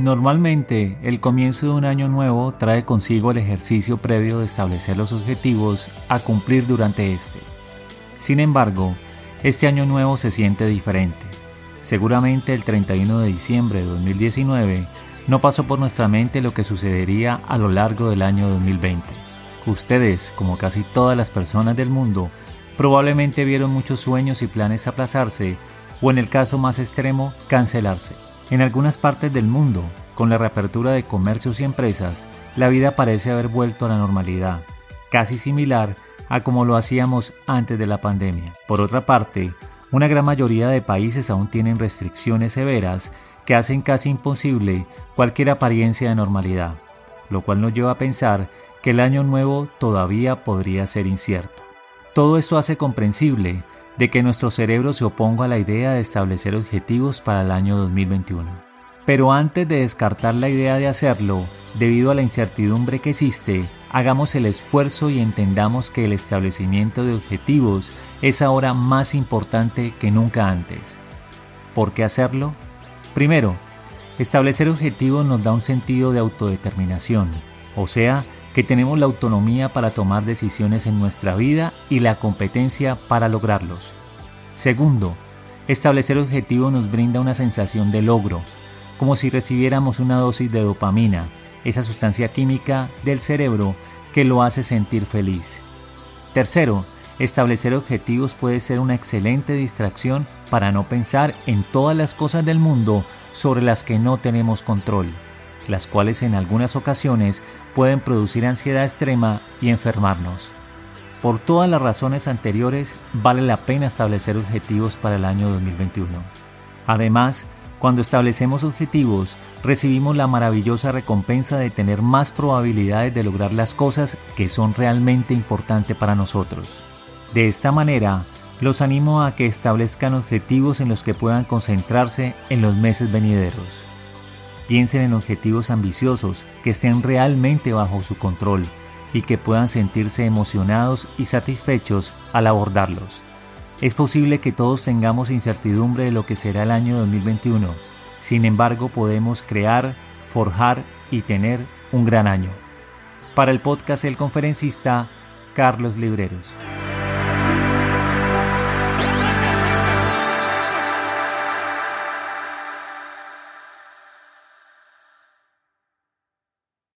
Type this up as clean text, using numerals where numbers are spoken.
Normalmente, el comienzo de un año nuevo trae consigo el ejercicio previo de establecer los objetivos a cumplir durante este. Sin embargo, este año nuevo se siente diferente. Seguramente el 31 de diciembre de 2019 no pasó por nuestra mente lo que sucedería a lo largo del año 2020. Ustedes, como casi todas las personas del mundo, probablemente vieron muchos sueños y planes aplazarse o, en el caso más extremo, cancelarse. En algunas partes del mundo, con la reapertura de comercios y empresas, la vida parece haber vuelto a la normalidad, casi similar a como lo hacíamos antes de la pandemia. Por otra parte, una gran mayoría de países aún tienen restricciones severas que hacen casi imposible cualquier apariencia de normalidad, lo cual nos lleva a pensar que el año nuevo todavía podría ser incierto. Todo esto hace comprensible de que nuestro cerebro se oponga a la idea de establecer objetivos para el año 2021. Pero antes de descartar la idea de hacerlo, debido a la incertidumbre que existe, hagamos el esfuerzo y entendamos que el establecimiento de objetivos es ahora más importante que nunca antes. ¿Por qué hacerlo? Primero, establecer objetivos nos da un sentido de autodeterminación, o sea, que tenemos la autonomía para tomar decisiones en nuestra vida y la competencia para lograrlos. Segundo, establecer objetivos nos brinda una sensación de logro, como si recibiéramos una dosis de dopamina, esa sustancia química del cerebro que lo hace sentir feliz. Tercero, establecer objetivos puede ser una excelente distracción para no pensar en todas las cosas del mundo sobre las que no tenemos control, las cuales en algunas ocasiones pueden producir ansiedad extrema y enfermarnos. Por todas las razones anteriores, vale la pena establecer objetivos para el año 2021. Además, cuando establecemos objetivos, recibimos la maravillosa recompensa de tener más probabilidades de lograr las cosas que son realmente importantes para nosotros. De esta manera, los animo a que establezcan objetivos en los que puedan concentrarse en los meses venideros. Piensen en objetivos ambiciosos que estén realmente bajo su control y que puedan sentirse emocionados y satisfechos al abordarlos. Es posible que todos tengamos incertidumbre de lo que será el año 2021. Sin embargo, podemos crear, forjar y tener un gran año. Para el podcast El Conferencista, Carlos Libreros.